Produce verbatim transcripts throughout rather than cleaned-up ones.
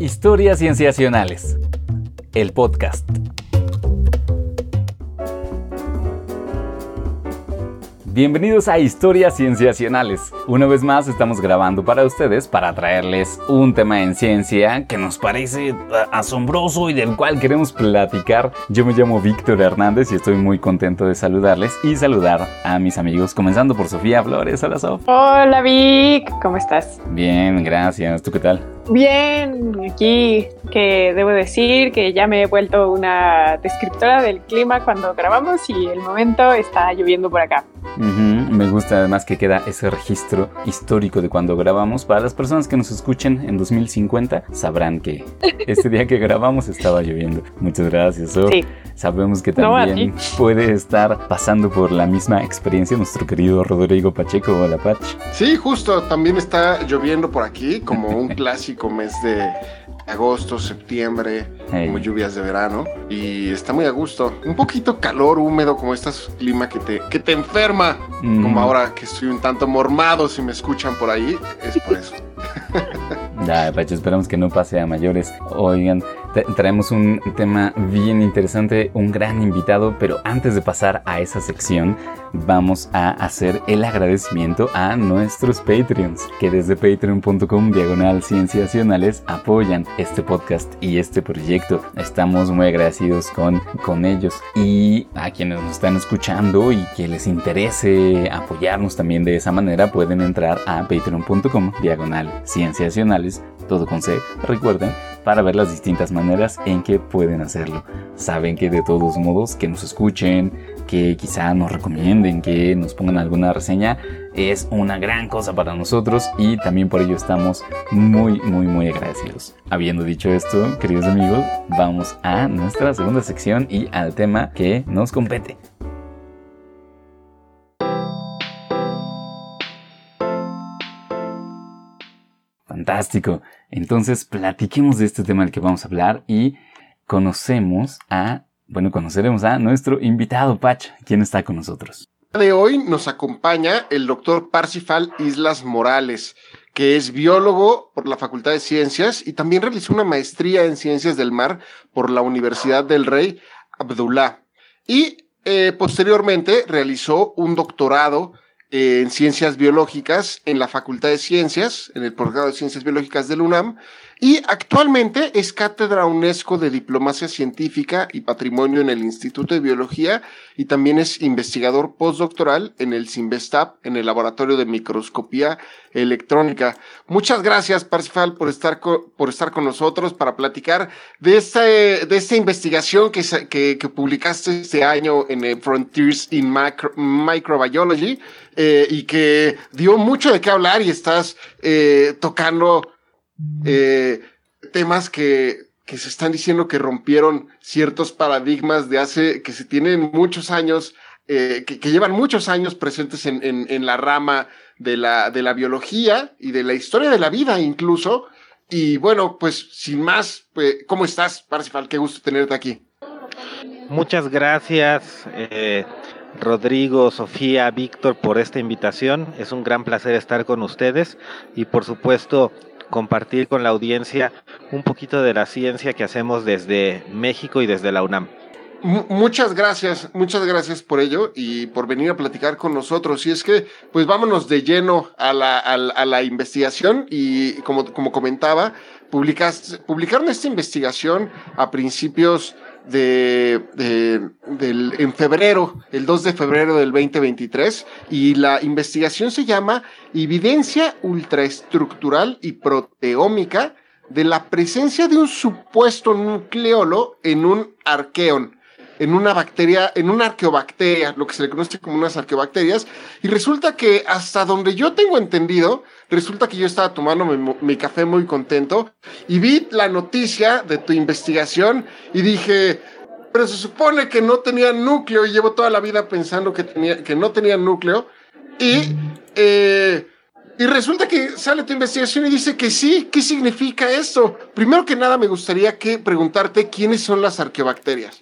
Historias Cienciacionales, el podcast. Bienvenidos a Historias Cienciacionales. Una vez más estamos grabando para ustedes para traerles un tema en ciencia que nos parece asombroso y del cual queremos platicar. Yo me llamo Víctor Hernández y estoy muy contento de saludarles y saludar a mis amigos, comenzando por Sofía Flores. Hola, Sof. Hola, Vic. ¿Cómo estás? Bien, gracias. ¿Tú qué tal? Bien, aquí que debo decir que ya me he vuelto una descriptora del clima cuando grabamos y el momento está lloviendo por acá. Uh-huh. Me gusta además que queda ese registro histórico de cuando grabamos. Para las personas que nos escuchen en dos mil cincuenta sabrán que este día que grabamos estaba lloviendo. Muchas gracias, Sof. Sí. Sabemos que también no, puede estar pasando por la misma experiencia nuestro querido Rodrigo Pacheco. Hola, Pach. Sí, justo, también está lloviendo por aquí, como un clásico mes de agosto, septiembre, hey. Como lluvias de verano, y está muy a gusto. Un poquito calor, húmedo, como este clima que te, que te enferma, mm. como ahora que estoy un tanto mormado, si me escuchan por ahí, es por eso. Ya, Pacho, esperamos que no pase a mayores. Oigan, tra- traemos un tema bien interesante, un gran invitado, pero antes de pasar a esa sección, vamos a hacer el agradecimiento a nuestros Patreons, que desde patreon.com diagonal cienciacionales apoyan este podcast y este proyecto. Estamos muy agradecidos con, con ellos, y a quienes nos están escuchando y que les interese apoyarnos también de esa manera, pueden entrar a patreon.com diagonal cienciacionales, todo con C, recuerden, para ver las distintas maneras en que pueden hacerlo. Saben que de todos modos, que nos escuchen, que quizá nos recomienden, que nos pongan alguna reseña, es una gran cosa para nosotros y también por ello estamos muy, muy, muy agradecidos. Habiendo dicho esto, queridos amigos, vamos a nuestra segunda sección y al tema que nos compete. Fantástico. Entonces, platiquemos de este tema del que vamos a hablar y conocemos a, bueno, conoceremos a nuestro invitado, Pach. ¿Quién está con nosotros? De hoy nos acompaña el doctor Parsifal Islas Morales, que es biólogo por la Facultad de Ciencias y también realizó una maestría en Ciencias del Mar por la Universidad del Rey Abdullah. Y eh, posteriormente realizó un doctorado en Ciencias Biológicas en la Facultad de Ciencias, en el Programa de Ciencias Biológicas del UNAM, y actualmente es cátedra UNESCO de Diplomacia Científica y Patrimonio en el Instituto de Biología, y también es investigador postdoctoral en el CIMBESTAB, en el Laboratorio de Microscopía Electrónica. Muchas gracias, Parsifal, por estar, co- por estar con nosotros para platicar de esta, de esta investigación que, que, que publicaste este año en el Frontiers in Micro, Microbiology, eh, y que dio mucho de qué hablar, y estás eh, tocando Eh, temas que, que se están diciendo que rompieron ciertos paradigmas de hace, que se tienen muchos años, eh, que, que llevan muchos años presentes en, en, en la rama de la, de la biología y de la historia de la vida incluso. Y bueno, pues sin más, pues, ¿cómo estás, Parsifal? Qué gusto tenerte aquí. Muchas gracias, eh, Rodrigo, Sofía, Víctor, por esta invitación. Es un gran placer estar con ustedes y, por supuesto, compartir con la audiencia un poquito de la ciencia que hacemos desde México y desde la UNAM. M- muchas gracias, muchas gracias por ello y por venir a platicar con nosotros. Y es que, pues vámonos de lleno a la, a la, a la investigación y como, como comentaba, publicaste, publicaron esta investigación a principios de, de, del, en febrero, el dos de febrero del veinte veintitrés, y la investigación se llama Evidencia ultraestructural y proteómica de la presencia de un supuesto nucleolo en un arqueón, en una bacteria, en una arqueobacteria, lo que se le conoce como unas arqueobacterias, y resulta que hasta donde yo tengo entendido, resulta que yo estaba tomando mi, mi café muy contento y vi la noticia de tu investigación y dije, pero se supone que no tenía núcleo, y llevo toda la vida pensando que, tenía, que no tenía núcleo, y, eh, y resulta que sale tu investigación y dice que sí. ¿Qué significa esto? Primero que nada me gustaría que preguntarte quiénes son las arqueobacterias.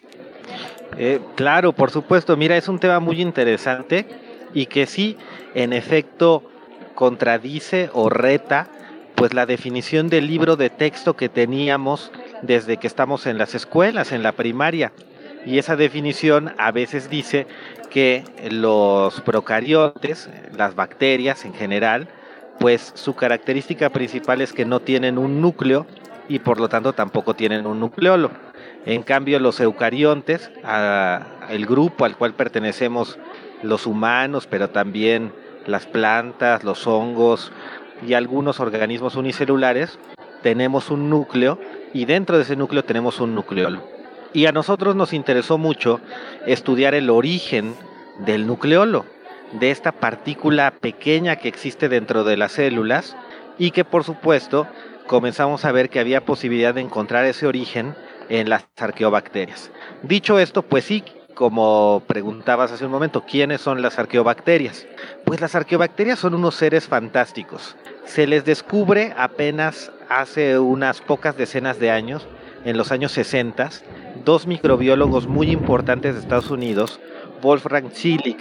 Eh, claro, por supuesto. Mira, es un tema muy interesante y que sí, en efecto, contradice o reta pues la definición del libro de texto que teníamos desde que estamos en las escuelas, en la primaria. Y esa definición a veces dice que los procariontes, las bacterias en general, pues su característica principal es que no tienen un núcleo y por lo tanto tampoco tienen un nucleolo. En cambio, los eucariontes, a, el grupo al cual pertenecemos los humanos, pero también las plantas, los hongos y algunos organismos unicelulares, tenemos un núcleo y dentro de ese núcleo tenemos un nucleolo. Y a nosotros nos interesó mucho estudiar el origen del nucleolo, de esta partícula pequeña que existe dentro de las células y que por supuesto comenzamos a ver que había posibilidad de encontrar ese origen en las arqueobacterias. Dicho esto, pues sí, como preguntabas hace un momento, ¿quiénes son las arqueobacterias? Pues las arqueobacterias son unos seres fantásticos. Se les descubre apenas hace unas pocas decenas de años, en los años sesenta, dos microbiólogos muy importantes de Estados Unidos, Wolfram Schilling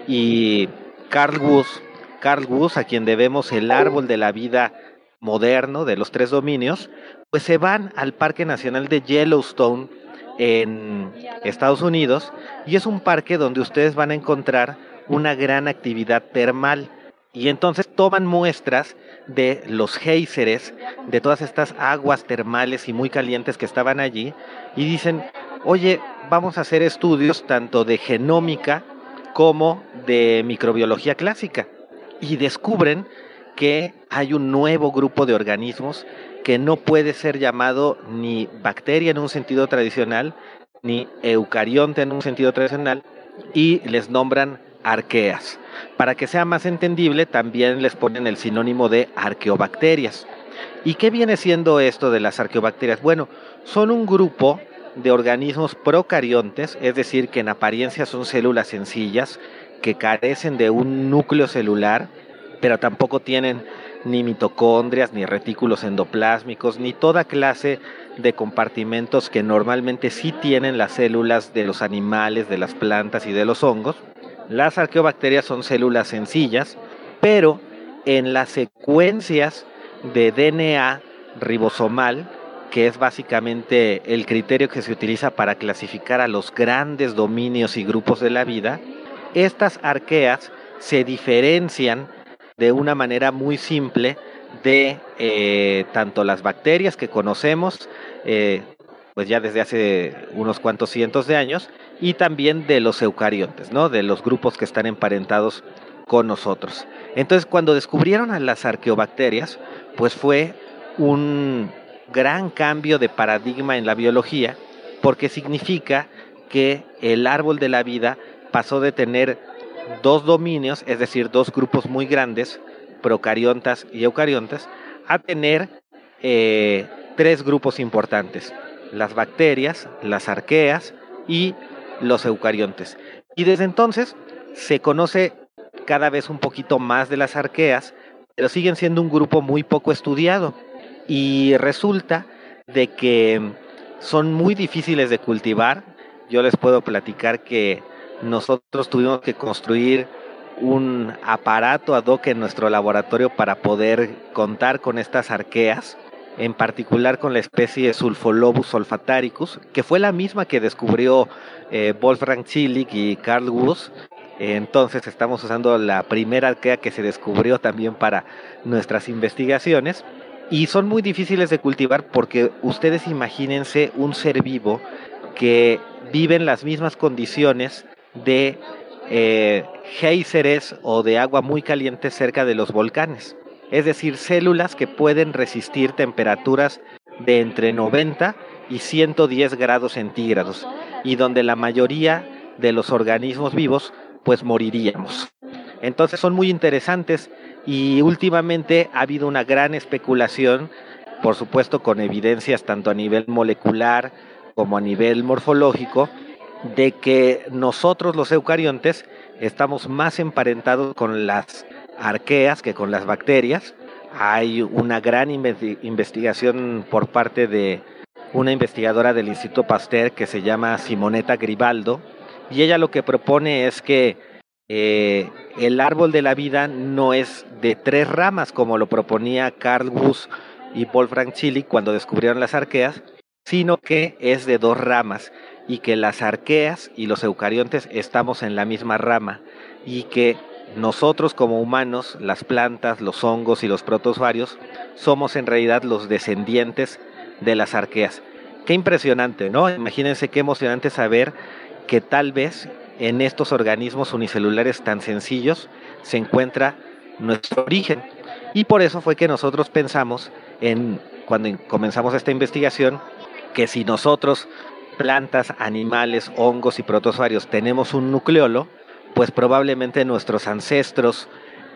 y Carl Woese, Carl Woese, a quien debemos el árbol de la vida moderno de los tres dominios, pues se van al Parque Nacional de Yellowstone en Estados Unidos y es un parque donde ustedes van a encontrar una gran actividad termal y entonces toman muestras de los géiseres, de todas estas aguas termales y muy calientes que estaban allí y dicen, oye, vamos a hacer estudios tanto de genómica como de microbiología clásica y descubren que hay un nuevo grupo de organismos que no puede ser llamado ni bacteria en un sentido tradicional, ni eucarionte en un sentido tradicional, y les nombran arqueas. Para que sea más entendible, también les ponen el sinónimo de arqueobacterias. ¿Y qué viene siendo esto de las arqueobacterias? Bueno, son un grupo de organismos procariontes, es decir, que en apariencia son células sencillas, que carecen de un núcleo celular, pero tampoco tienen ni mitocondrias, ni retículos endoplásmicos, ni toda clase de compartimentos que normalmente sí tienen las células de los animales, de las plantas y de los hongos. Las arqueobacterias son células sencillas, pero en las secuencias de D N A ribosomal, que es básicamente el criterio que se utiliza para clasificar a los grandes dominios y grupos de la vida, estas arqueas se diferencian de una manera muy simple de eh, tanto las bacterias que conocemos, eh, pues ya desde hace unos cuantos cientos de años, y también de los eucariontes, ¿no? De los grupos que están emparentados con nosotros. Entonces, cuando descubrieron a las arqueobacterias, pues fue un gran cambio de paradigma en la biología, porque significa que el árbol de la vida pasó de tener dos dominios, es decir, dos grupos muy grandes, procariontas y eucariontes, a tener eh, tres grupos importantes: las bacterias, las arqueas y los eucariontes. Y desde entonces se conoce cada vez un poquito más de las arqueas, pero siguen siendo un grupo muy poco estudiado. Y resulta de que son muy difíciles de cultivar. Yo les puedo platicar que nosotros tuvimos que construir un aparato ad hoc en nuestro laboratorio para poder contar con estas arqueas, en particular con la especie Sulfolobus olfataricus, que fue la misma que descubrió eh, Wolfram Schilling y Carl Woese. Entonces estamos usando la primera arquea que se descubrió también para nuestras investigaciones. Y son muy difíciles de cultivar porque ustedes imagínense un ser vivo que vive en las mismas condiciones de eh, géiseres o de agua muy caliente cerca de los volcanes. Es decir, células que pueden resistir temperaturas de entre noventa y ciento diez grados centígrados y donde la mayoría de los organismos vivos pues moriríamos. Entonces son muy interesantes y últimamente ha habido una gran especulación, por supuesto con evidencias tanto a nivel molecular como a nivel morfológico, de que nosotros los eucariontes estamos más emparentados con las arqueas que con las bacterias. Hay una gran investigación por parte de una investigadora del Instituto Pasteur que se llama Simonetta Gribaldo, y ella lo que propone es que eh, el árbol de la vida no es de tres ramas como lo proponía Carl Woese y Wolfgang Schilling cuando descubrieron las arqueas, sino que es de dos ramas y que las arqueas y los eucariontes estamos en la misma rama y que nosotros como humanos, las plantas, los hongos y los protozoarios, somos en realidad los descendientes de las arqueas. Qué impresionante, ¿no? Imagínense qué emocionante saber que tal vez en estos organismos unicelulares tan sencillos se encuentra nuestro origen. Y por eso fue que nosotros pensamos, en, cuando comenzamos esta investigación, que si nosotros, plantas, animales, hongos y protozoarios, tenemos un nucleolo, pues probablemente nuestros ancestros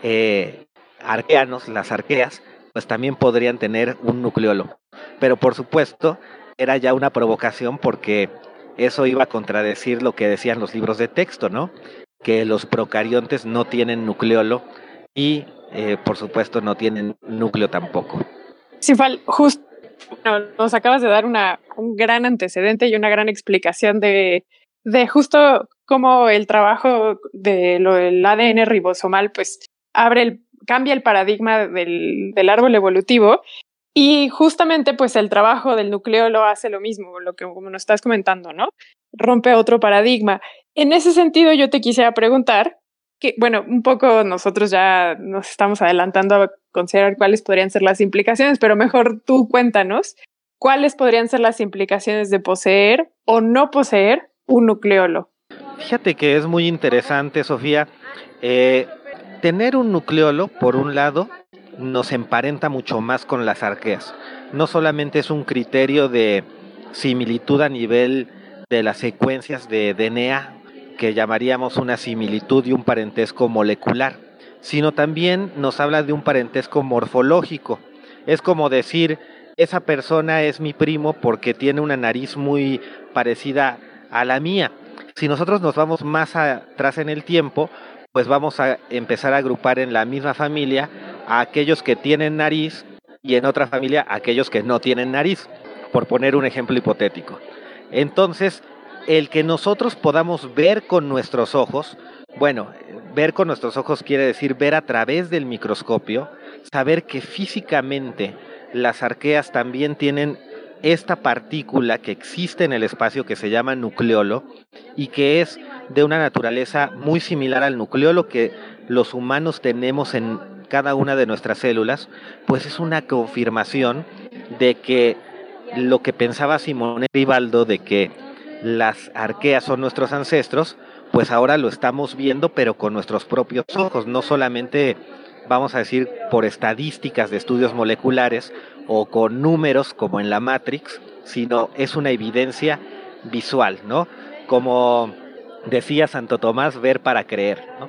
eh, arqueanos, las arqueas, pues también podrían tener un nucleolo. Pero por supuesto, era ya una provocación porque eso iba a contradecir lo que decían los libros de texto, ¿no? Que los procariontes no tienen nucleolo y, eh, por supuesto, no tienen núcleo tampoco. Sí, Fal, justo bueno, nos acabas de dar una, un gran antecedente y una gran explicación de, de justo cómo el trabajo de lo del A D N ribosomal pues abre el, cambia el paradigma del, del árbol evolutivo. Y justamente, pues, el trabajo del nucleolo hace lo mismo, lo que como nos estás comentando, ¿no? Rompe otro paradigma. En ese sentido, yo te quisiera preguntar, que, bueno, un poco nosotros ya nos estamos adelantando a considerar cuáles podrían ser las implicaciones, pero mejor tú cuéntanos, ¿cuáles podrían ser las implicaciones de poseer o no poseer un nucleolo? Fíjate que es muy interesante, Sofía. Eh, tener un nucleolo, por un lado, nos emparenta mucho más con las arqueas. No solamente es un criterio de similitud a nivel de las secuencias de D N A, que llamaríamos una similitud y un parentesco molecular, sino también nos habla de un parentesco morfológico. Es como decir, esa persona es mi primo porque tiene una nariz muy parecida a la mía. Si nosotros nos vamos más atrás en el tiempo, pues vamos a empezar a agrupar en la misma familia a aquellos que tienen nariz y en otra familia a aquellos que no tienen nariz, por poner un ejemplo hipotético. Entonces, el que nosotros podamos ver con nuestros ojos, bueno, ver con nuestros ojos quiere decir ver a través del microscopio, saber que físicamente las arqueas también tienen esta partícula que existe en el espacio que se llama nucleolo y que es de una naturaleza muy similar al nucleolo que los humanos tenemos en cada una de nuestras células, pues es una confirmación de que lo que pensaba Simone Rivaldo de que las arqueas son nuestros ancestros, pues ahora lo estamos viendo pero con nuestros propios ojos, no solamente vamos a decir por estadísticas de estudios moleculares o con números como en la Matrix, sino es una evidencia visual, ¿no? Como decía Santo Tomás, ver para creer, ¿no?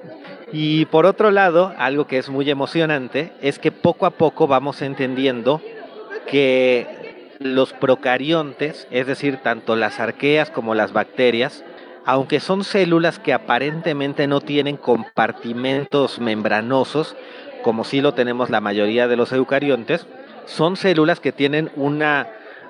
Y por otro lado, algo que es muy emocionante es que poco a poco vamos entendiendo que los procariontes, es decir, tanto las arqueas como las bacterias, aunque son células que aparentemente no tienen compartimentos membranosos, como sí lo tenemos la mayoría de los eucariontes, son células que tienen una,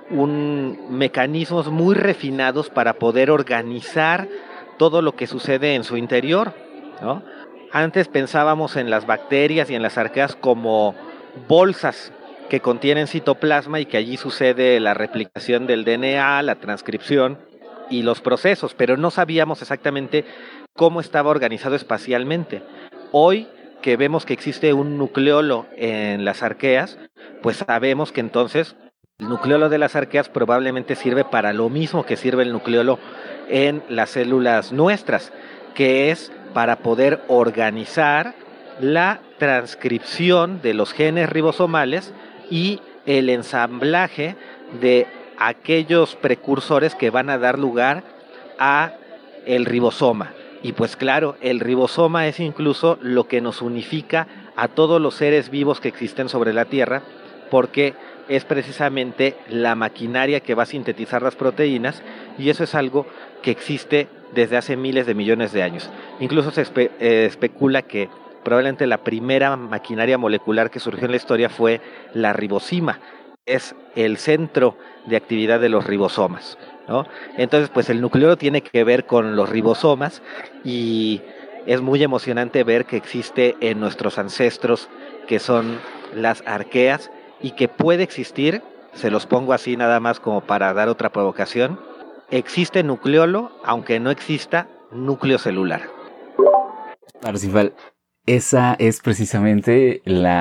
un mecanismos muy refinados para poder organizar todo lo que sucede en su interior, ¿no? Antes pensábamos en las bacterias y en las arqueas como bolsas que contienen citoplasma y que allí sucede la replicación del D N A, la transcripción y los procesos, pero no sabíamos exactamente cómo estaba organizado espacialmente. Hoy que vemos que existe un nucleolo en las arqueas, pues sabemos que entonces el nucleolo de las arqueas probablemente sirve para lo mismo que sirve el nucleolo en las células nuestras, que es para poder organizar la transcripción de los genes ribosomales y el ensamblaje de aquellos precursores que van a dar lugar a el ribosoma. Y pues claro, el ribosoma es incluso lo que nos unifica a todos los seres vivos que existen sobre la Tierra, porque es precisamente la maquinaria que va a sintetizar las proteínas, y eso es algo que existe desde hace miles de millones de años. Incluso se espe- eh, especula que probablemente la primera maquinaria molecular que surgió en la historia fue la ribosima, es el centro de actividad de los ribosomas, ¿no? Entonces, pues el nucleolo tiene que ver con los ribosomas y es muy emocionante ver que existe en nuestros ancestros, que son las arqueas, y que puede existir, se los pongo así nada más como para dar otra provocación, existe nucleolo, aunque no exista núcleo celular. Parsifal, esa es precisamente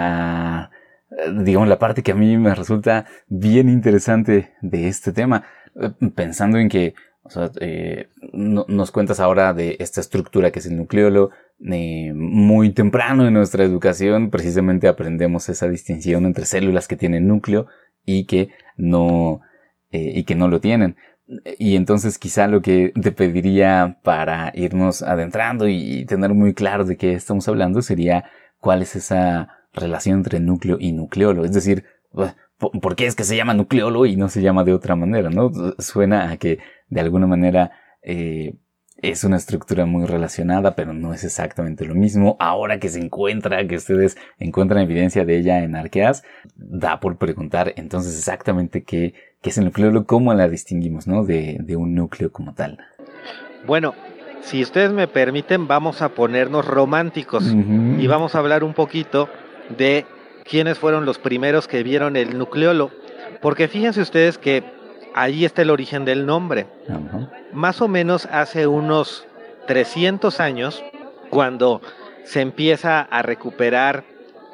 la, digamos, la parte que a mí me resulta bien interesante de este tema, pensando en que, o sea, eh, no, nos cuentas ahora de esta estructura que es el nucleolo. Eh, muy temprano en nuestra educación precisamente aprendemos esa distinción entre células que tienen núcleo y que no, eh, y que no lo tienen. Y entonces quizá lo que te pediría para irnos adentrando y tener muy claro de qué estamos hablando sería cuál es esa relación entre núcleo y nucleolo. Es decir, ¿por qué es que se llama nucleolo y no se llama de otra manera, no? Suena a que de alguna manera eh, es una estructura muy relacionada, pero no es exactamente lo mismo. Ahora que se encuentra, que ustedes encuentran evidencia de ella en arqueas, da por preguntar entonces exactamente qué, qué es el nucleolo, cómo la distinguimos, ¿no? De, de un núcleo como tal. Bueno, si ustedes me permiten, vamos a ponernos románticos uh-huh. y vamos a hablar un poquito de quiénes fueron los primeros que vieron el nucleolo, porque fíjense ustedes que ahí está el origen del nombre. Uh-huh. Más o menos hace unos trescientos años, cuando se empieza a recuperar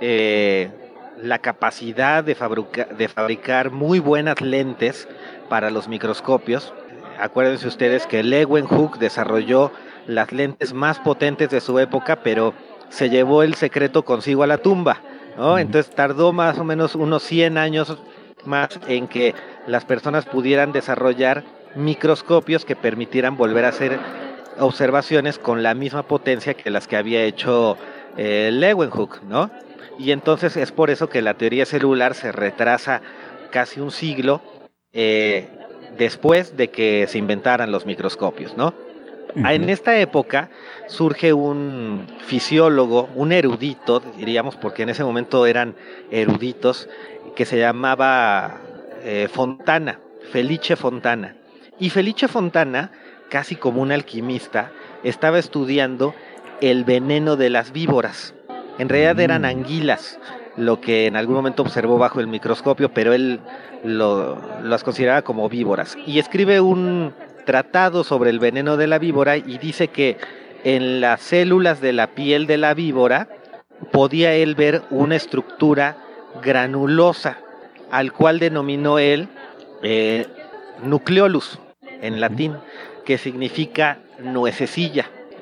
eh, la capacidad de, fabrica- de fabricar muy buenas lentes para los microscopios. Acuérdense ustedes que Leeuwenhoek desarrolló las lentes más potentes de su época, pero se llevó el secreto consigo a la tumba, ¿no? Uh-huh. Entonces tardó más o menos unos cien años más en que las personas pudieran desarrollar microscopios que permitieran volver a hacer observaciones con la misma potencia que las que había hecho eh, Leeuwenhoek, ¿no? Y entonces es por eso que la teoría celular se retrasa casi un siglo eh, después de que se inventaran los microscopios, ¿no? Uh-huh. En esta época surge un fisiólogo, un erudito, diríamos, porque en ese momento eran eruditos, que se llamaba eh, Fontana, Felice Fontana. Y Felice Fontana, casi como un alquimista, estaba estudiando el veneno de las víboras. En realidad eran anguilas, lo que en algún momento observó bajo el microscopio, pero él lo, las consideraba como víboras. Y escribe un tratado sobre el veneno de la víbora y dice que en las células de la piel de la víbora podía él ver una estructura granulosa, al cual denominó él eh, nucleolus en latín, que significa nuececilla.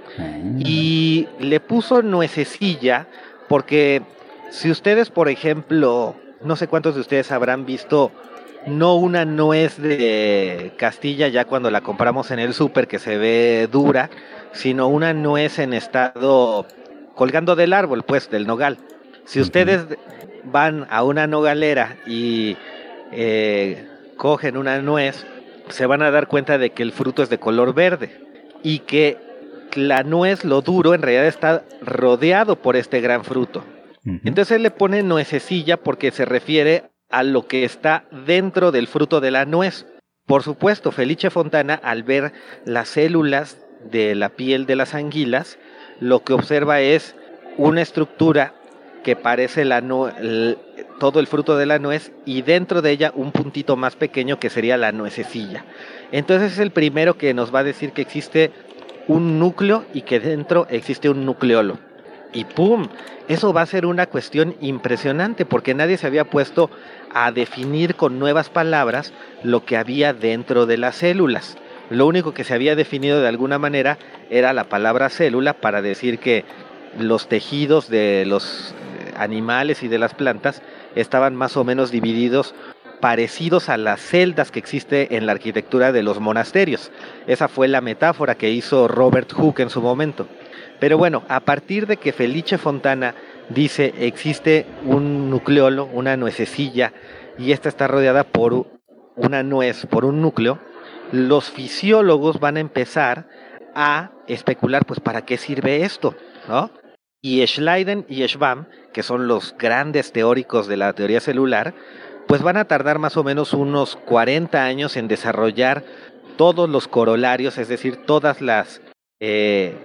Y le puso nuececilla porque si ustedes, por ejemplo, no sé cuántos de ustedes habrán visto no una nuez de Castilla ya cuando la compramos en el súper que se ve dura, sino una nuez en estado colgando del árbol, pues, del nogal. Si ustedes van a una nogalera y eh, cogen una nuez, se van a dar cuenta de que el fruto es de color verde y que la nuez, lo duro, en realidad está rodeado por este gran fruto. Uh-huh. Entonces él le pone nuececilla porque se refiere a lo que está dentro del fruto de la nuez. Por supuesto, Felice Fontana, al ver las células de la piel de las anguilas, lo que observa es una estructura que parece la nu- el, todo el fruto de la nuez y dentro de ella un puntito más pequeño que sería la nuececilla. Entonces es el primero que nos va a decir que existe un núcleo y que dentro existe un nucleolo. Y ¡pum! Eso va a ser una cuestión impresionante porque nadie se había puesto a definir con nuevas palabras lo que había dentro de las células. Lo único que se había definido de alguna manera era la palabra célula para decir que los tejidos de los animales y de las plantas estaban más o menos divididos parecidos a las celdas que existe en la arquitectura de los monasterios. Esa fue la metáfora que hizo Robert Hooke en su momento. Pero bueno, a partir de que Felice Fontana dice existe un nucleolo, una nuececilla, y esta está rodeada por una nuez, por un núcleo, los fisiólogos van a empezar a especular, pues, ¿para qué sirve esto?, ¿no? Y Schleiden y Schwamm, que son los grandes teóricos de la teoría celular, pues van a tardar más o menos unos cuarenta años en desarrollar todos los corolarios, es decir, todas las, eh,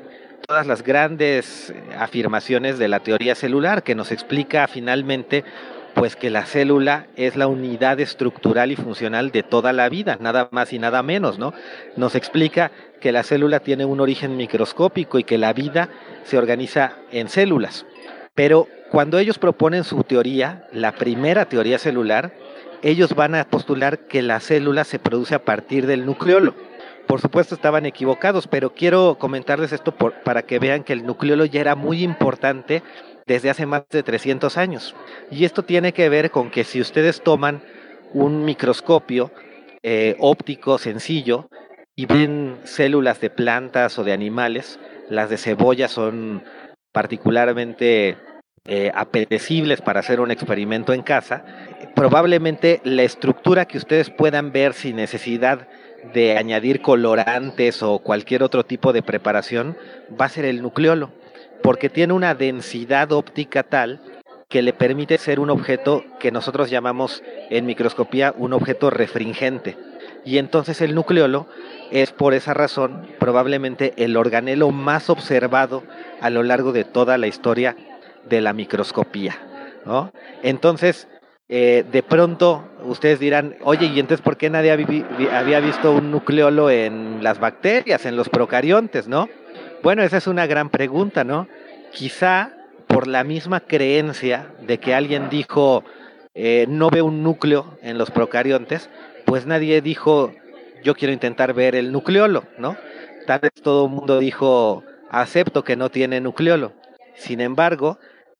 todas las grandes afirmaciones de la teoría celular, que nos explica finalmente pues que la célula es la unidad estructural y funcional de toda la vida, nada más y nada menos, ¿no? Nos explica que la célula tiene un origen microscópico y que la vida se organiza en células. Pero cuando ellos proponen su teoría, la primera teoría celular, ellos van a postular que la célula se produce a partir del nucleolo. Por supuesto estaban equivocados, pero quiero comentarles esto por, para que vean que el nucleolo ya era muy importante desde hace más de trescientos años. Y esto tiene que ver con que si ustedes toman un microscopio eh, óptico sencillo y ven células de plantas o de animales, las de cebolla son particularmente eh, apetecibles para hacer un experimento en casa, probablemente la estructura que ustedes puedan ver sin necesidad de añadir colorantes o cualquier otro tipo de preparación va a ser el nucleolo, porque tiene una densidad óptica tal que le permite ser un objeto que nosotros llamamos en microscopía un objeto refringente. Y entonces el nucleolo es por esa razón probablemente el organelo más observado a lo largo de toda la historia de la microscopía, ¿no? Entonces, eh, de pronto ustedes dirán, oye, ¿y entonces por qué nadie había visto un nucleolo en las bacterias, en los procariontes, no? Bueno, esa es una gran pregunta, ¿no? Quizá por la misma creencia de que alguien dijo, eh, no veo un núcleo en los procariontes, pues nadie dijo, yo quiero intentar ver el nucleolo, ¿no? Tal vez todo el mundo dijo, acepto que no tiene nucleolo. Sin embargo,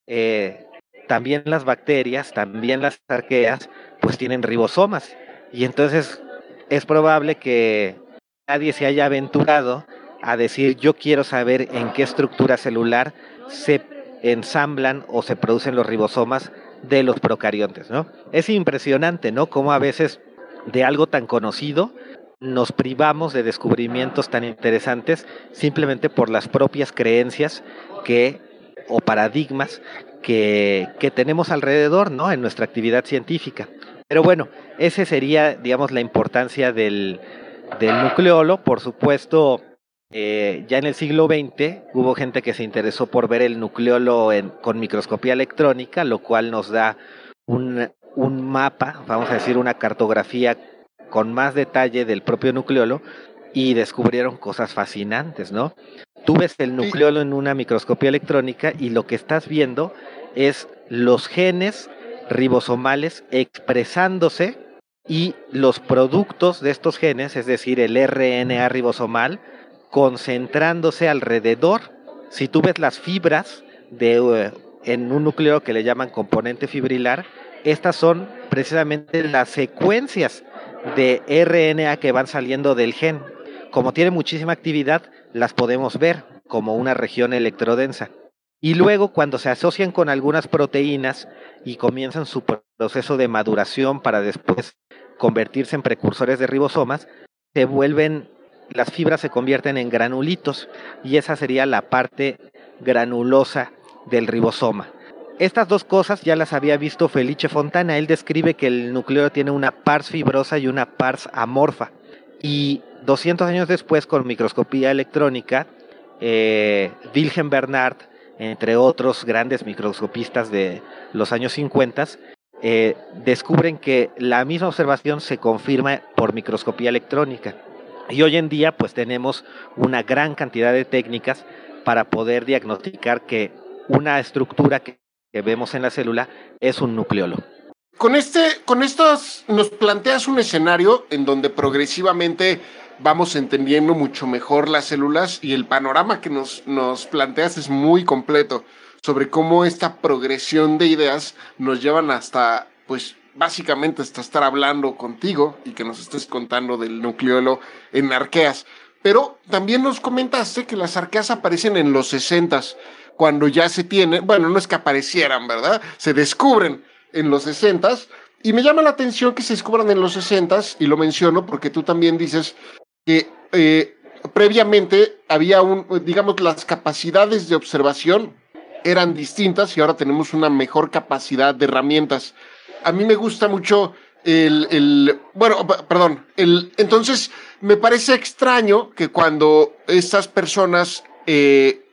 eh, también las bacterias, también las arqueas, pues tienen ribosomas. Y entonces es probable que nadie se haya aventurado a decir, yo quiero saber en qué estructura celular se ensamblan o se producen los ribosomas de los procariontes, ¿no? Es impresionante, ¿no? Cómo a veces de algo tan conocido nos privamos de descubrimientos tan interesantes simplemente por las propias creencias que o paradigmas que, que tenemos alrededor, ¿no? En nuestra actividad científica. Pero bueno, ese sería, digamos, la importancia del, del nucleolo. Por supuesto, eh, ya en el siglo veinte hubo gente que se interesó por ver el nucleolo en, con microscopía electrónica, lo cual nos da un, un mapa, vamos a decir, una cartografía con más detalle del propio nucleolo, y descubrieron cosas fascinantes, ¿no? Tú ves el nucleolo en una microscopía electrónica y lo que estás viendo es los genes ribosomales expresándose y los productos de estos genes, es decir, el R N A ribosomal, concentrándose alrededor. Si tú ves las fibras de, uh, en un núcleo que le llaman componente fibrilar, estas son precisamente las secuencias de R N A que van saliendo del gen. Como tiene muchísima actividad, las podemos ver como una región electrodensa. Y luego, cuando se asocian con algunas proteínas y comienzan su proceso de maduración para después convertirse en precursores de ribosomas, se vuelven, las fibras se convierten en granulitos, y esa sería la parte granulosa del ribosoma. Estas dos cosas ya las había visto Felice Fontana. Él describe que el nucleolo tiene una pars fibrosa y una pars amorfa. Y doscientos años después, con microscopía electrónica, eh, Wilhelm Bernard, entre otros grandes microscopistas de los años cincuenta, eh, descubren que la misma observación se confirma por microscopía electrónica. Y hoy en día pues tenemos una gran cantidad de técnicas para poder diagnosticar que una estructura que, que vemos en la célula es un nucleolo. Con este, con estos nos planteas un escenario en donde progresivamente vamos entendiendo mucho mejor las células, y el panorama que nos, nos planteas es muy completo sobre cómo esta progresión de ideas nos llevan hasta, pues, básicamente hasta estar hablando contigo y que nos estés contando del nucleolo en arqueas. Pero también nos comentaste que las arqueas aparecen en los sesentas, cuando ya se tiene, bueno, no es que aparecieran, ¿verdad? Se descubren en los sesentas, y me llama la atención que se descubran en los sesentas, y lo menciono porque tú también dices que eh, previamente había un, digamos, las capacidades de observación eran distintas y ahora tenemos una mejor capacidad de herramientas. A mí me gusta mucho el, el bueno, perdón, el, entonces me parece extraño que cuando estas personas eh,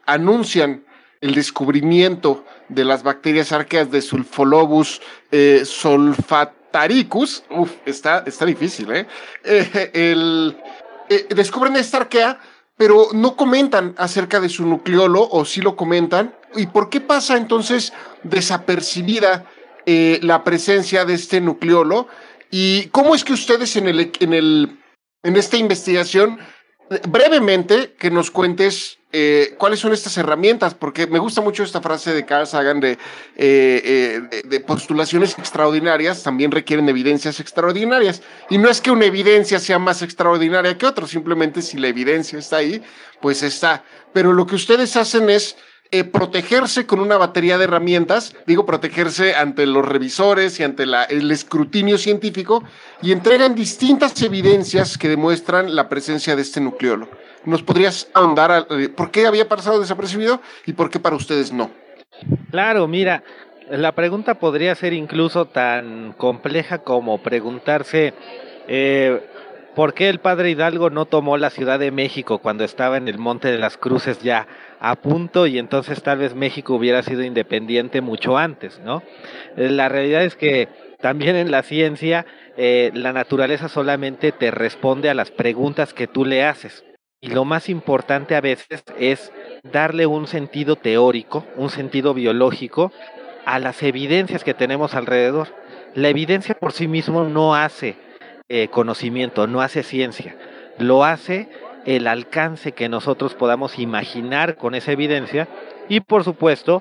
anuncian el descubrimiento de las bacterias arqueas de Sulfolobus eh, sulfataricus. Uf, está, está difícil, ¿eh? eh el, eh, descubren esta arquea, pero no comentan acerca de su nucleolo, o sí lo comentan. ¿Y por qué pasa entonces desapercibida eh, la presencia de este nucleolo? ¿Y cómo es que ustedes en, el, en, el, en esta investigación, brevemente, que nos cuentes eh, cuáles son estas herramientas? Porque me gusta mucho esta frase de Carl Sagan de, eh, eh, de, de postulaciones extraordinarias también requieren evidencias extraordinarias. Y no es que una evidencia sea más extraordinaria que otra, simplemente si la evidencia está ahí, pues está. Pero lo que ustedes hacen es Eh, protegerse con una batería de herramientas, digo protegerse ante los revisores y ante la, el escrutinio científico, y entregan distintas evidencias que demuestran la presencia de este nucleolo. ¿Nos podrías ahondar a, eh, por qué había pasado desapercibido y por qué para ustedes no? Claro, mira, la pregunta podría ser incluso tan compleja como preguntarse eh, ¿por qué el padre Hidalgo no tomó la Ciudad de México cuando estaba en el Monte de las Cruces ya a punto, y entonces tal vez México hubiera sido independiente mucho antes, ¿no? La realidad es que también en la ciencia eh, la naturaleza solamente te responde a las preguntas que tú le haces, y lo más importante a veces es darle un sentido teórico, un sentido biológico a las evidencias que tenemos alrededor. La evidencia por sí mismo no hace eh, conocimiento, no hace ciencia, lo hace el alcance que nosotros podamos imaginar con esa evidencia, y por supuesto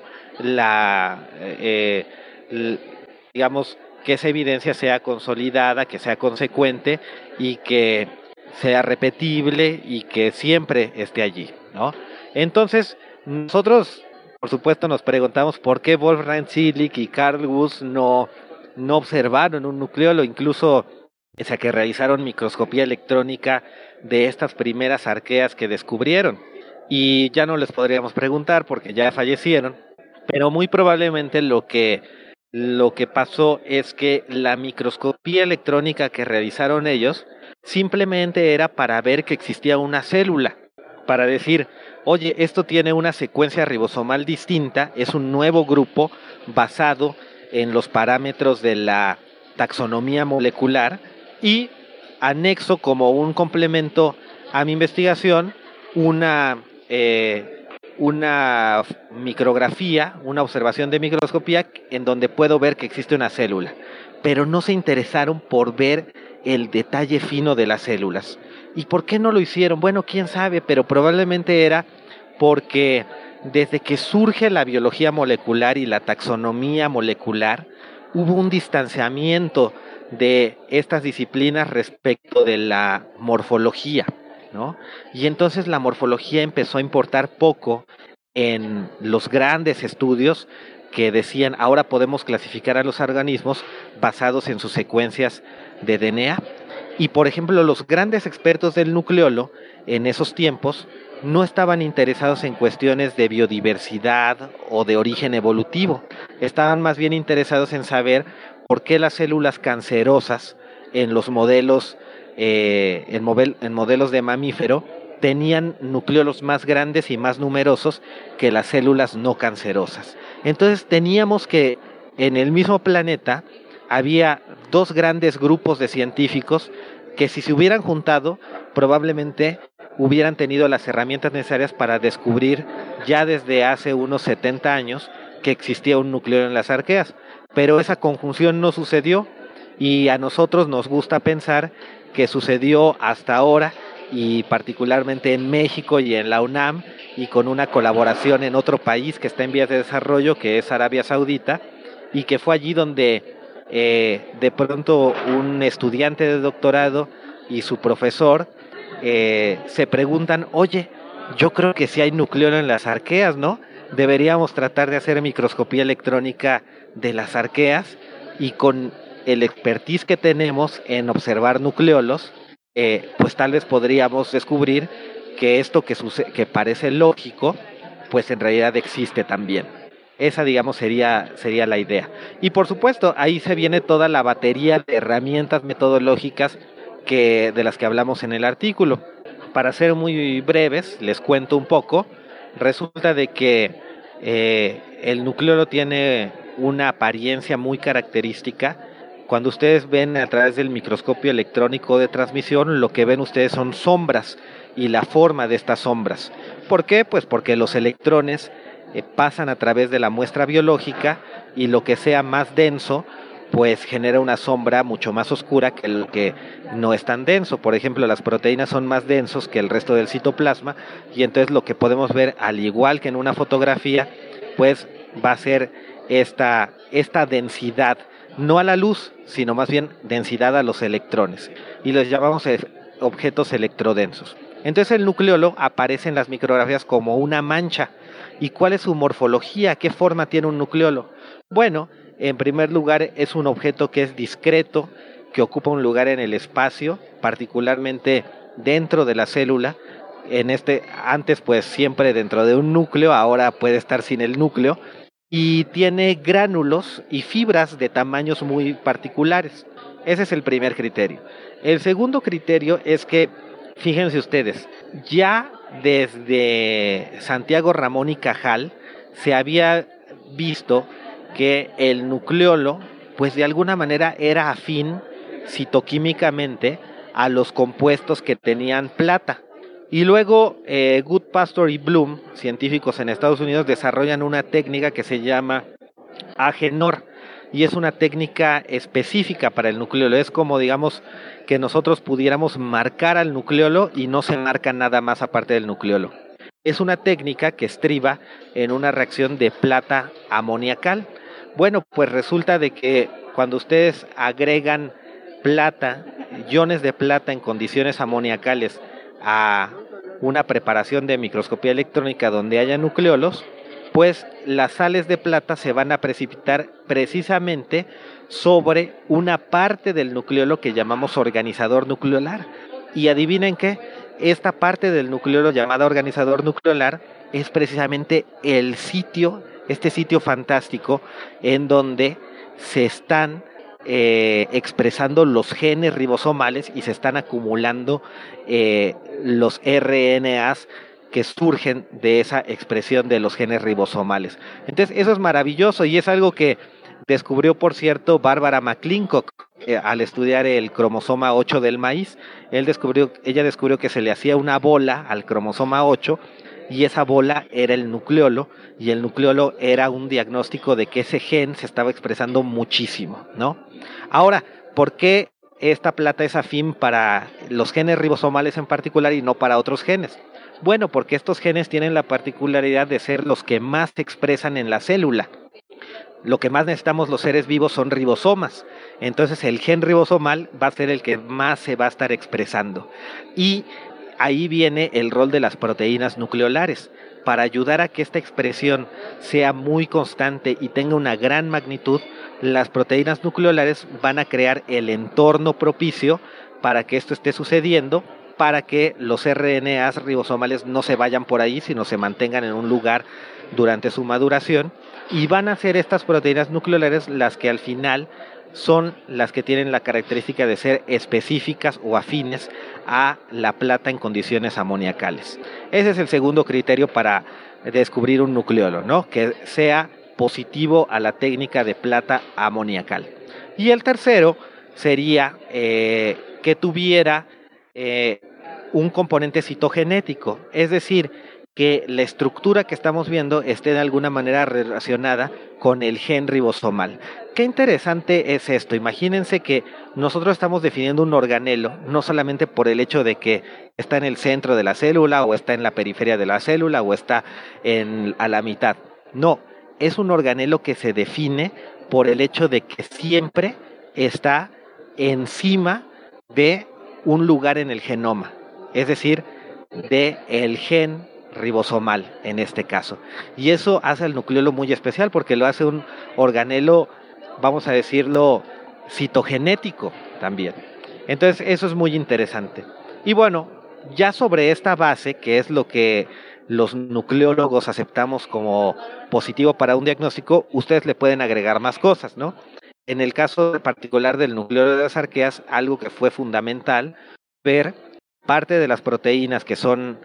la eh, l, digamos que esa evidencia sea consolidada, que sea consecuente y que sea repetible y que siempre esté allí, ¿no? Entonces nosotros por supuesto nos preguntamos por qué Wolfram Zillig y Carl Woese no, no observaron un nucleolo, incluso o sea, que realizaron microscopía electrónica de estas primeras arqueas que descubrieron. Y ya no les podríamos preguntar porque ya fallecieron, pero muy probablemente lo que, lo que pasó es que la microscopía electrónica que realizaron ellos simplemente era para ver que existía una célula, para decir, oye, esto tiene una secuencia ribosomal distinta, es un nuevo grupo basado en los parámetros de la taxonomía molecular, y anexo como un complemento a mi investigación una, eh, una micrografía, una observación de microscopía en donde puedo ver que existe una célula, pero no se interesaron por ver el detalle fino de las células. ¿Y por qué no lo hicieron? Bueno, quién sabe, pero probablemente era porque desde que surge la biología molecular y la taxonomía molecular, hubo un distanciamiento de estas disciplinas respecto de la morfología, ¿no? Y entonces la morfología empezó a importar poco en los grandes estudios que decían, ahora podemos clasificar a los organismos basados en sus secuencias de D N A. Y por ejemplo, los grandes expertos del nucleolo en esos tiempos no estaban interesados en cuestiones de biodiversidad o de origen evolutivo, estaban más bien interesados en saber por qué las células cancerosas en los modelos, eh, en, model, en modelos de mamífero tenían nucleolos más grandes y más numerosos que las células no cancerosas. Entonces teníamos que en el mismo planeta había dos grandes grupos de científicos que si se hubieran juntado probablemente hubieran tenido las herramientas necesarias para descubrir ya desde hace unos setenta años que existía un nucleolo en las arqueas. Pero esa conjunción no sucedió y a nosotros nos gusta pensar que sucedió hasta ahora, y particularmente en México y en la UNAM, y con una colaboración en otro país que está en vías de desarrollo, que es Arabia Saudita, y que fue allí donde eh, de pronto un estudiante de doctorado y su profesor eh, se preguntan, oye, yo creo que sí hay nucleolo en las arqueas, ¿no? Deberíamos tratar de hacer microscopía electrónica de las arqueas, y con el expertise que tenemos en observar nucleolos, eh, pues tal vez podríamos descubrir que esto que, suce- que parece lógico, pues en realidad existe también. Esa, digamos, sería, sería la idea. Y por supuesto, ahí se viene toda la batería de herramientas metodológicas que, de las que hablamos en el artículo. Para ser muy breves, les cuento un poco. Resulta de que eh, el nucleolo tiene una apariencia muy característica. Cuando ustedes ven a través del microscopio electrónico de transmisión, lo que ven ustedes son sombras y la forma de estas sombras. ¿Por qué? Pues porque los electrones eh, pasan a través de la muestra biológica y lo que sea más denso pues genera una sombra mucho más oscura que lo que no es tan denso. Por ejemplo, las proteínas son más densos que el resto del citoplasma y entonces lo que podemos ver, al igual que en una fotografía, pues va a ser esta, esta densidad, no a la luz, sino más bien densidad a los electrones, y los llamamos objetos electrodensos. Entonces el nucleolo aparece en las micrografías como una mancha. ¿Y cuál es su morfología? ¿Qué forma tiene un nucleolo? Bueno, en primer lugar es un objeto que es discreto, que ocupa un lugar en el espacio, particularmente dentro de la célula. En este, antes pues siempre dentro de un núcleo, ahora puede estar sin el núcleo, y tiene gránulos y fibras de tamaños muy particulares. Ese es el primer criterio. El segundo criterio es que, fíjense ustedes, ya desde Santiago Ramón y Cajal se había visto que el nucleolo, pues de alguna manera era afín citoquímicamente a los compuestos que tenían plata. Y luego eh, Goodpasture y Bloom, científicos en Estados Unidos, desarrollan una técnica que se llama Agenor, y es una técnica específica para el nucleolo. Es como, digamos, que nosotros pudiéramos marcar al nucleolo y no se marca nada más aparte del nucleolo. Es una técnica que estriba en una reacción de plata amoniacal. Bueno, pues resulta de que cuando ustedes agregan plata, iones de plata en condiciones amoniacales a una preparación de microscopía electrónica donde haya nucleolos, pues las sales de plata se van a precipitar precisamente sobre una parte del nucleolo que llamamos organizador nucleolar. Y adivinen qué, esta parte del nucleolo llamada organizador nucleolar es precisamente el sitio, este sitio fantástico en donde se están eh, expresando los genes ribosomales y se están acumulando eh, los R N As que surgen de esa expresión de los genes ribosomales. Entonces eso es maravilloso y es algo que descubrió, por cierto, Barbara McClintock eh, al estudiar el cromosoma ocho del maíz. Él descubrió, ella descubrió que se le hacía una bola al cromosoma ocho y esa bola era el nucleolo, y el nucleolo era un diagnóstico de que ese gen se estaba expresando muchísimo, ¿no? Ahora, ¿por qué esta plata es afín para los genes ribosomales en particular y no para otros genes? Bueno, porque estos genes tienen la particularidad de ser los que más se expresan en la célula. Lo que más necesitamos los seres vivos son ribosomas. Entonces el gen ribosomal va a ser el que más se va a estar expresando. Y ahí viene el rol de las proteínas nucleolares. Para ayudar a que esta expresión sea muy constante y tenga una gran magnitud, las proteínas nucleolares van a crear el entorno propicio para que esto esté sucediendo, para que los R N As ribosomales no se vayan por ahí, sino se mantengan en un lugar durante su maduración, y van a ser estas proteínas nucleolares las que al final son las que tienen la característica de ser específicas o afines a la plata en condiciones amoniacales. Ese es el segundo criterio para descubrir un nucleolo, ¿no? Que sea positivo a la técnica de plata amoniacal. Y el tercero sería eh, que tuviera eh, un componente citogenético, es decir, que la estructura que estamos viendo esté de alguna manera relacionada con el gen ribosomal. Qué interesante es esto. Imagínense que nosotros estamos definiendo un organelo, no solamente por el hecho de que está en el centro de la célula, o está en la periferia de la célula, o está en, a la mitad. No, es un organelo que se define por el hecho de que siempre está encima de un lugar en el genoma, es decir, de el gen ribosomal en este caso. Y eso hace al nucleolo muy especial porque lo hace un organelo, vamos a decirlo, citogenético también. Entonces eso es muy interesante. Y bueno, ya sobre esta base, que es lo que los nucleólogos aceptamos como positivo para un diagnóstico, ustedes le pueden agregar más cosas, ¿no? En el caso particular del nucleolo de las arqueas, algo que fue fundamental, ver parte de las proteínas que son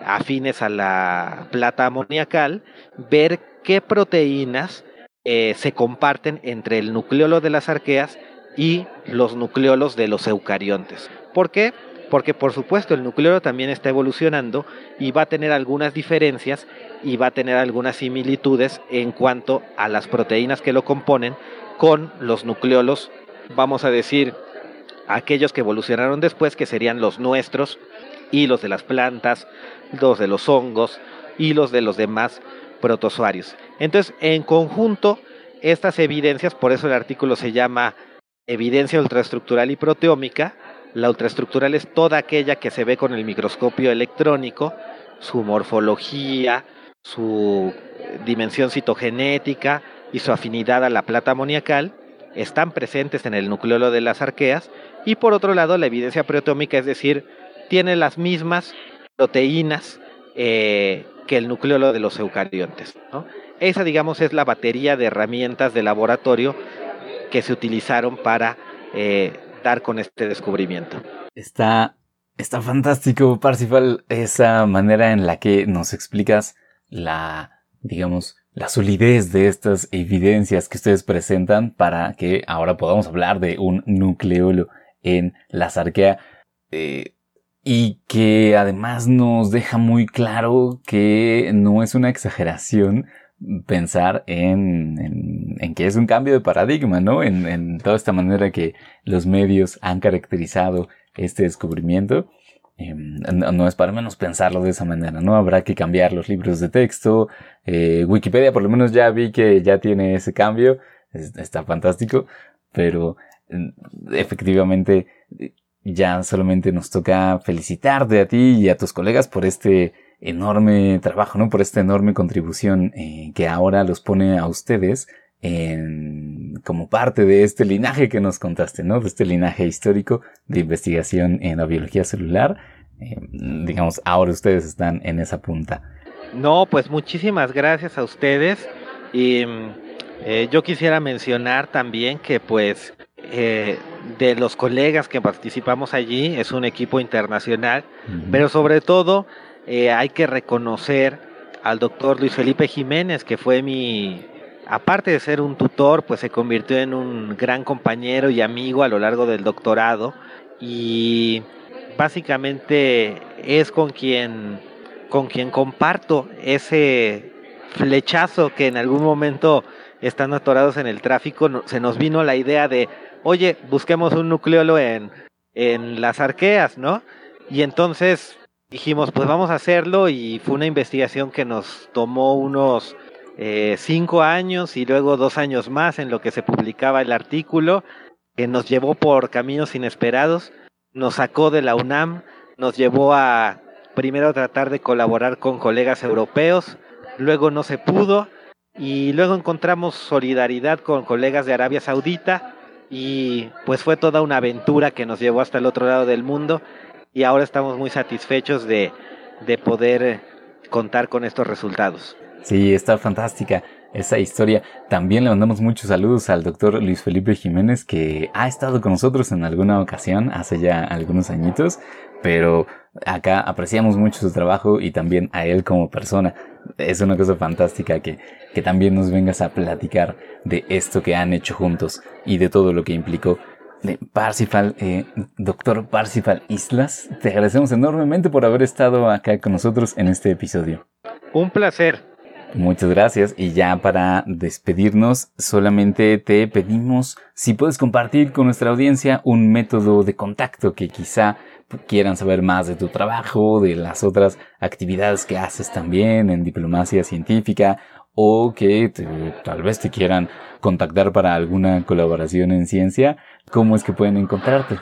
afines a la plata amoniacal, ver qué proteínas eh, se comparten entre el nucleolo de las arqueas y los nucleolos de los eucariontes. ¿Por qué? Porque por supuesto el nucleolo también está evolucionando y va a tener algunas diferencias y va a tener algunas similitudes en cuanto a las proteínas que lo componen con los nucleolos, vamos a decir, aquellos que evolucionaron después, que serían los nuestros y los de las plantas, los de los hongos y los de los demás protozoarios. Entonces, en conjunto, estas evidencias, por eso el artículo se llama Evidencia ultraestructural y proteómica. La ultraestructural es toda aquella que se ve con el microscopio electrónico, su morfología, su dimensión citogenética y su afinidad a la plata amoniacal, están presentes en el nucleolo de las arqueas. Y por otro lado, la evidencia proteómica, es decir, tiene las mismas proteínas eh, que el nucleolo de los eucariontes, ¿no? Esa, digamos, es la batería de herramientas de laboratorio que se utilizaron para eh, dar con este descubrimiento. Está, está fantástico, Parsifal, esa manera en la que nos explicas la, digamos, la solidez de estas evidencias que ustedes presentan para que ahora podamos hablar de un nucleolo en la arquea, eh, y que además nos deja muy claro que no es una exageración pensar en, en, en que es un cambio de paradigma, ¿no? En, en toda esta manera que los medios han caracterizado este descubrimiento. Eh, no, no es para menos pensarlo de esa manera, ¿no? Habrá que cambiar los libros de texto. Eh, Wikipedia por lo menos ya vi que ya tiene ese cambio. Es, está fantástico. Pero eh, efectivamente ya solamente nos toca felicitarte a ti y a tus colegas por este enorme trabajo, ¿no? Por esta enorme contribución eh, que ahora los pone a ustedes en, como parte de este linaje que nos contaste, ¿no? De este linaje histórico de investigación en la biología celular. Eh, digamos, ahora ustedes están en esa punta. No, pues muchísimas gracias a ustedes. Y eh, yo quisiera mencionar también que pues eh, de los colegas que participamos allí, es un equipo internacional, uh-huh. Pero sobre todo eh, hay que reconocer al doctor Luis Felipe Jiménez, que fue mi, aparte de ser un tutor, pues se convirtió en un gran compañero y amigo a lo largo del doctorado, y básicamente es con quien, con quien comparto ese flechazo que en algún momento, estando atorados en el tráfico, no, se nos vino la idea de, oye, busquemos un nucleolo en, en las arqueas, ¿no? Y entonces dijimos, pues vamos a hacerlo, y fue una investigación que nos tomó unos eh, cinco años y luego dos años más en lo que se publicaba el artículo, que nos llevó por caminos inesperados, nos sacó de la UNAM, nos llevó a primero tratar de colaborar con colegas europeos, luego no se pudo, y luego encontramos solidaridad con colegas de Arabia Saudita, y pues fue toda una aventura que nos llevó hasta el otro lado del mundo, y ahora estamos muy satisfechos de, de poder contar con estos resultados. Sí, está fantástica esa historia. También le mandamos muchos saludos al doctor Luis Felipe Jiménez, que ha estado con nosotros en alguna ocasión, hace ya algunos añitos, pero acá apreciamos mucho su trabajo y también a él como persona. Es una cosa fantástica que, que también nos vengas a platicar de esto que han hecho juntos y de todo lo que implicó. De Parsifal, eh, doctor Parsifal Islas, te agradecemos enormemente por haber estado acá con nosotros en este episodio. Un placer. Muchas gracias, y ya para despedirnos solamente te pedimos si puedes compartir con nuestra audiencia un método de contacto que quizá quieran saber más de tu trabajo, de las otras actividades que haces también en diplomacia científica, o que te, tal vez te quieran contactar para alguna colaboración en ciencia. ¿Cómo es que pueden encontrarte?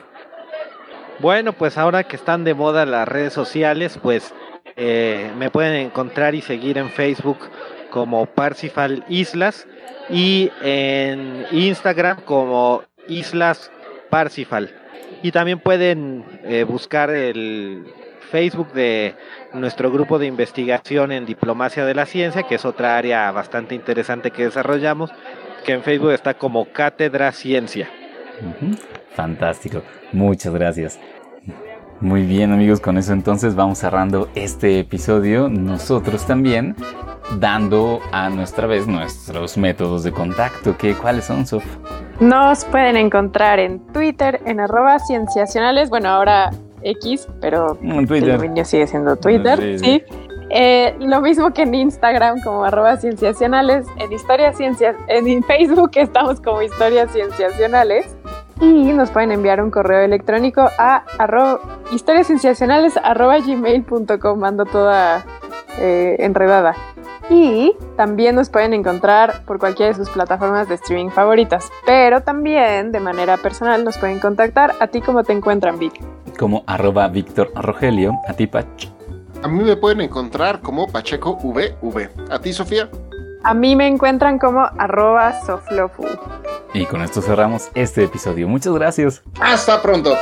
Bueno, pues ahora que están de moda las redes sociales, pues eh, me pueden encontrar y seguir en Facebook como Parsifal Islas, y en Instagram como Islas Parsifal. Y también pueden eh, buscar el Facebook de nuestro grupo de investigación en diplomacia de la ciencia, que es otra área bastante interesante que desarrollamos, que en Facebook está como Cátedra Ciencia. Uh-huh. Fantástico, muchas gracias. Muy bien, amigos, con eso entonces vamos cerrando este episodio. Nosotros también dando a nuestra vez nuestros métodos de contacto. ¿Qué, ¿Cuáles son, Sof? Nos pueden encontrar en Twitter, en arroba cienciacionales, bueno, ahora X, pero En Twitter. el dominio sigue siendo Twitter, Sí, sí. sí. Eh, lo mismo que en Instagram, como arroba cienciacionales, en Historias Ciencias, en Facebook estamos como Historias Cienciacionales, y nos pueden enviar un correo electrónico a arro, historiascienciacionales arroba gmail punto com, ando toda eh, enredada. Y también nos pueden encontrar por cualquiera de sus plataformas de streaming favoritas. Pero también, de manera personal, nos pueden contactar. ¿A ti cómo te encuentran, Vic? Como arroba Víctor Rogelio. A ti, Pach. A mí me pueden encontrar como Pacheco V V. ¿A ti, Sofía? A mí me encuentran como arroba Soflofu. Y con esto cerramos este episodio. Muchas gracias. ¡Hasta pronto!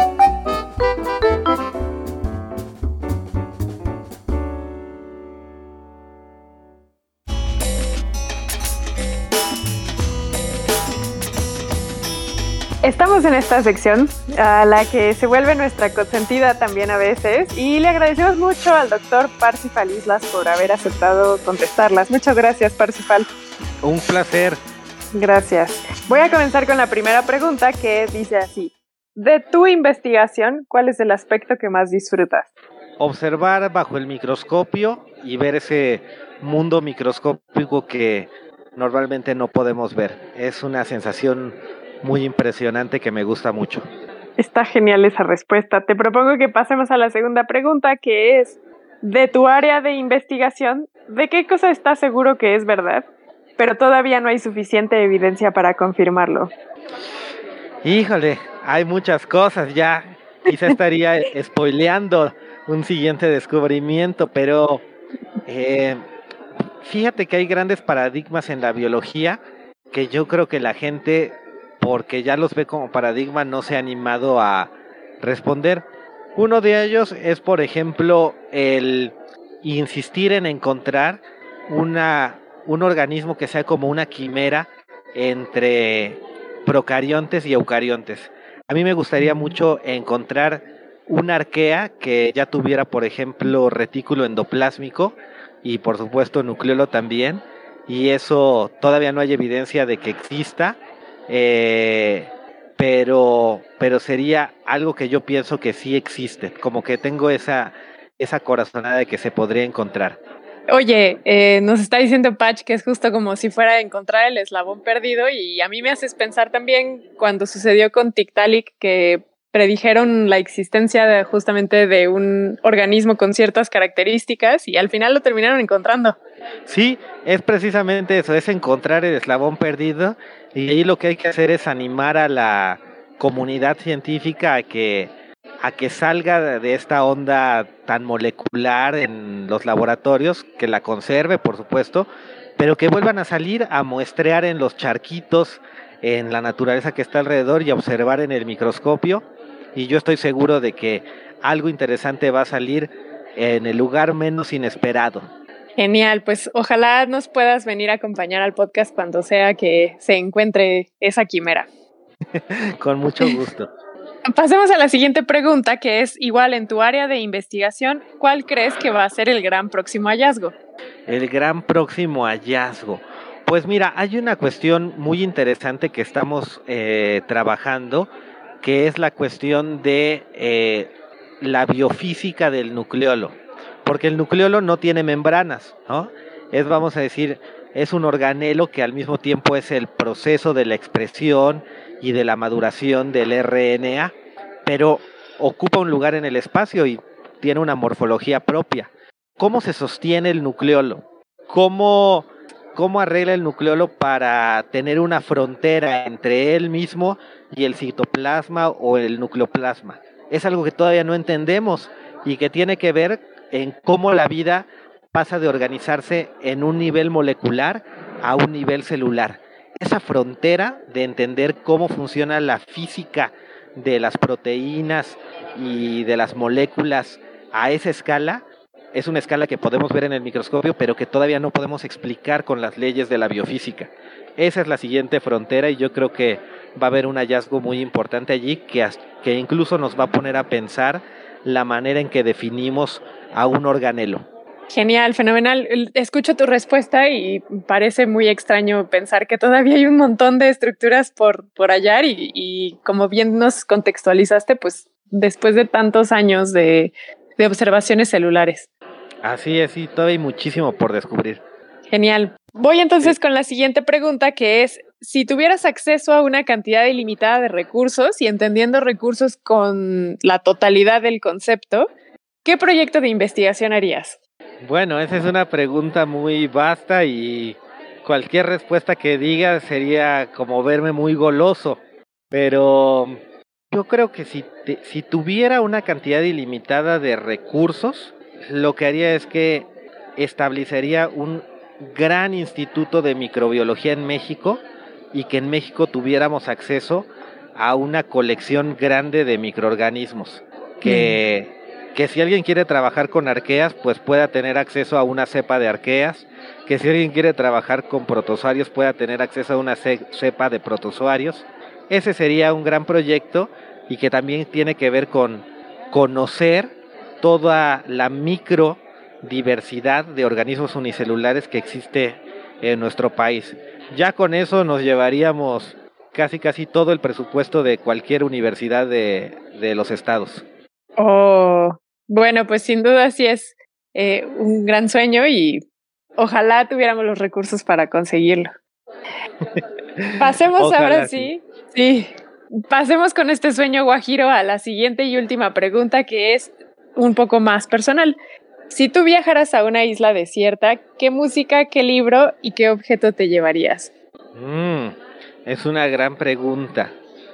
Estamos en esta sección, a la que se vuelve nuestra consentida también a veces, y le agradecemos mucho al doctor Parsifal Islas por haber aceptado contestarlas. Muchas gracias, Parsifal. Un placer. Gracias. Voy a comenzar con la primera pregunta, que dice así: de tu investigación, ¿cuál es el aspecto que más disfrutas? Observar bajo el microscopio y ver ese mundo microscópico que normalmente no podemos ver. Es una sensación muy impresionante que me gusta mucho. Está genial esa respuesta. Te propongo que pasemos a la segunda pregunta, que es: de tu área de investigación, ¿de qué cosa estás seguro que es verdad, pero todavía no hay suficiente evidencia para confirmarlo? Híjole, hay muchas cosas ya. Quizá estaría spoileando un siguiente descubrimiento, pero eh, fíjate que hay grandes paradigmas en la biología que yo creo que la gente, porque ya los ve como paradigma, no se ha animado a responder. Uno de ellos es, por ejemplo, el insistir en encontrar una, un organismo que sea como una quimera entre procariontes y eucariontes. A mí me gustaría mucho encontrar una arquea que ya tuviera, por ejemplo, retículo endoplásmico y, por supuesto, nucleolo también, y eso todavía no hay evidencia de que exista. Eh, pero, pero sería algo que yo pienso que sí existe, como que tengo esa, esa corazonada de que se podría encontrar. Oye, eh, nos está diciendo Patch que es justo como si fuera a encontrar el eslabón perdido, y a mí me haces pensar también cuando sucedió con Tiktaalik, que predijeron la existencia de, justamente de un organismo con ciertas características, y al final lo terminaron encontrando. Sí, es precisamente eso, es encontrar el eslabón perdido, y ahí lo que hay que hacer es animar a la comunidad científica a que, a que salga de esta onda tan molecular en los laboratorios, que la conserve, por supuesto, pero que vuelvan a salir a muestrear en los charquitos, en la naturaleza que está alrededor, y a observar en el microscopio. Y yo estoy seguro de que algo interesante va a salir en el lugar menos inesperado. Genial, pues ojalá nos puedas venir a acompañar al podcast cuando sea que se encuentre esa quimera. Con mucho gusto. Pasemos a la siguiente pregunta, que es igual en tu área de investigación. ¿Cuál crees que va a ser el gran próximo hallazgo? El gran próximo hallazgo. Pues mira, hay una cuestión muy interesante que estamos eh, trabajando, que es la cuestión de eh, la biofísica del nucleolo, porque el nucleolo no tiene membranas, ¿no? Es, vamos a decir, es un organelo que al mismo tiempo es el proceso de la expresión y de la maduración del R N A, pero ocupa un lugar en el espacio y tiene una morfología propia. ¿Cómo se sostiene el nucleolo? ¿Cómo, cómo arregla el nucleolo para tener una frontera entre él mismo y el citoplasma o el nucleoplasma? Es algo que todavía no entendemos y que tiene que ver en cómo la vida pasa de organizarse en un nivel molecular a un nivel celular. Esa frontera de entender cómo funciona la física de las proteínas y de las moléculas a esa escala, es una escala que podemos ver en el microscopio, pero que todavía no podemos explicar con las leyes de la biofísica. Esa es la siguiente frontera, y yo creo que va a haber un hallazgo muy importante allí que, que incluso nos va a poner a pensar la manera en que definimos a un organelo. Genial, fenomenal. Escucho tu respuesta y parece muy extraño pensar que todavía hay un montón de estructuras por, por hallar y, y como bien nos contextualizaste, pues después de tantos años de, de observaciones celulares. Así es, sí, todavía hay muchísimo por descubrir. Genial. Voy entonces con la siguiente pregunta, que es, si tuvieras acceso a una cantidad ilimitada de recursos y entendiendo recursos con la totalidad del concepto, ¿qué proyecto de investigación harías? Bueno, esa es una pregunta muy vasta y cualquier respuesta que diga sería como verme muy goloso, pero yo creo que si, te, si tuviera una cantidad ilimitada de recursos, lo que haría es que establecería un gran instituto de microbiología en México y que en México tuviéramos acceso a una colección grande de microorganismos que... Mm. que si alguien quiere trabajar con arqueas, pues pueda tener acceso a una cepa de arqueas, que si alguien quiere trabajar con protozoarios, pueda tener acceso a una cepa de protozoarios. Ese sería un gran proyecto y que también tiene que ver con conocer toda la microdiversidad de organismos unicelulares que existe en nuestro país. Ya con eso nos llevaríamos casi casi todo el presupuesto de cualquier universidad de, de los estados. Oh, bueno, pues sin duda sí es eh, un gran sueño y ojalá tuviéramos los recursos para conseguirlo. Pasemos ojalá, ahora sí, sí, pasemos con este sueño guajiro a la siguiente y última pregunta, que es un poco más personal. Si tú viajaras a una isla desierta, ¿qué música, qué libro y qué objeto te llevarías? Mm, es una gran pregunta.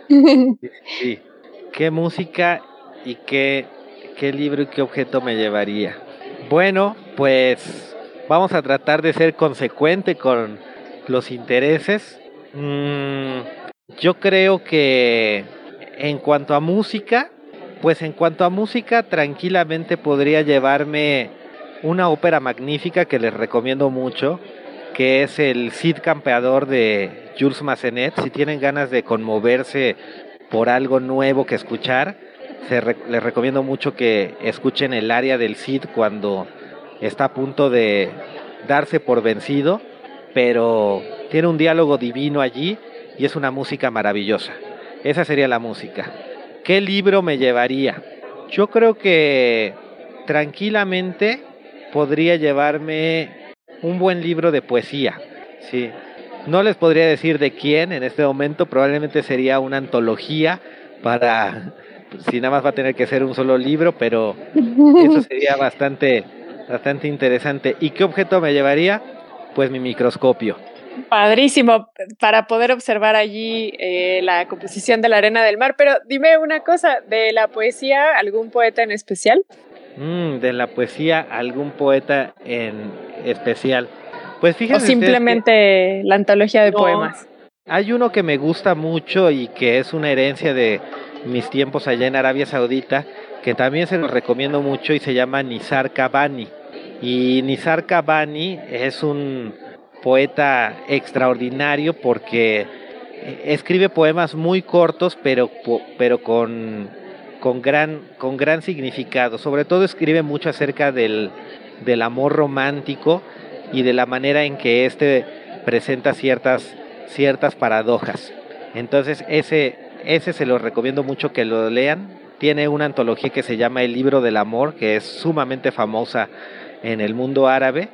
Sí. ¿Qué música y qué, qué libro y qué objeto me llevaría? Bueno, pues vamos a tratar de ser consecuente con los intereses. Mm, yo creo que en cuanto a música, pues en cuanto a música, tranquilamente podría llevarme una ópera magnífica que les recomiendo mucho, que es el Cid Campeador de Jules Massenet. Si tienen ganas de conmoverse por algo nuevo que escuchar, se re- les recomiendo mucho que escuchen el aria del Cid cuando está a punto de darse por vencido, pero tiene un diálogo divino allí y es una música maravillosa. Esa sería la música. ¿Qué libro me llevaría? Yo creo que tranquilamente podría llevarme un buen libro de poesía, sí. No les podría decir de quién en este momento, probablemente sería una antología para, si nada más va a tener que ser un solo libro, pero eso sería bastante, bastante interesante. ¿Y qué objeto me llevaría? Pues mi microscopio. Padrísimo, para poder observar allí eh, la composición de la arena del mar. Pero dime una cosa, ¿de la poesía algún poeta en especial? Mm, de la poesía algún poeta en especial. Pues fíjense. O simplemente que la antología de no, poemas. Hay uno que me gusta mucho y que es una herencia de mis tiempos allá en Arabia Saudita, que también se los recomiendo mucho y se llama Nizar Qabbani. Y Nizar Qabbani es un poeta extraordinario porque escribe poemas muy cortos, pero, pero con, con, gran, con gran significado. Sobre todo escribe mucho acerca del, del amor romántico y de la manera en que éste presenta ciertas, ciertas paradojas. Entonces ese, ese se lo recomiendo mucho que lo lean. Tiene una antología que se llama El Libro del Amor, que es sumamente famosa en el mundo árabe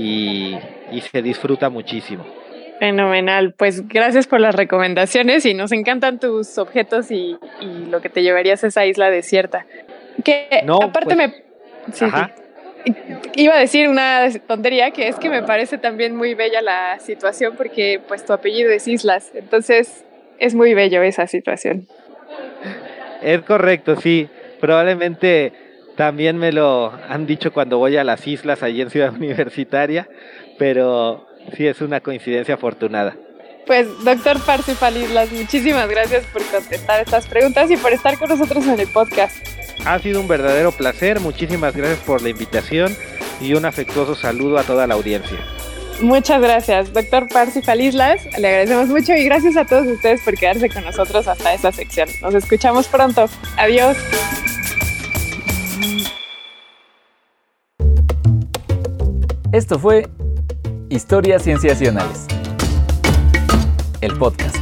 y, y se disfruta muchísimo. Fenomenal, pues gracias por las recomendaciones y nos encantan tus objetos y, y lo que te llevarías a esa isla desierta. Que no, aparte pues, me... Sí, ajá. Sí. Iba a decir una tontería, que es que me parece también muy bella la situación porque pues tu apellido es Islas, entonces es muy bello esa situación. Es correcto, sí, probablemente también me lo han dicho cuando voy a las islas allí en Ciudad Universitaria, pero sí es una coincidencia afortunada. Pues doctor Parsifal Islas, muchísimas gracias por contestar estas preguntas y por estar con nosotros en el podcast. Ha sido un verdadero placer, muchísimas gracias por la invitación y un afectuoso saludo a toda la audiencia. Muchas gracias, doctor Parsifal Islas, le agradecemos mucho y gracias a todos ustedes por quedarse con nosotros hasta esta sección. Nos escuchamos pronto, adiós. Esto fue Historias Cienciacionales, el podcast.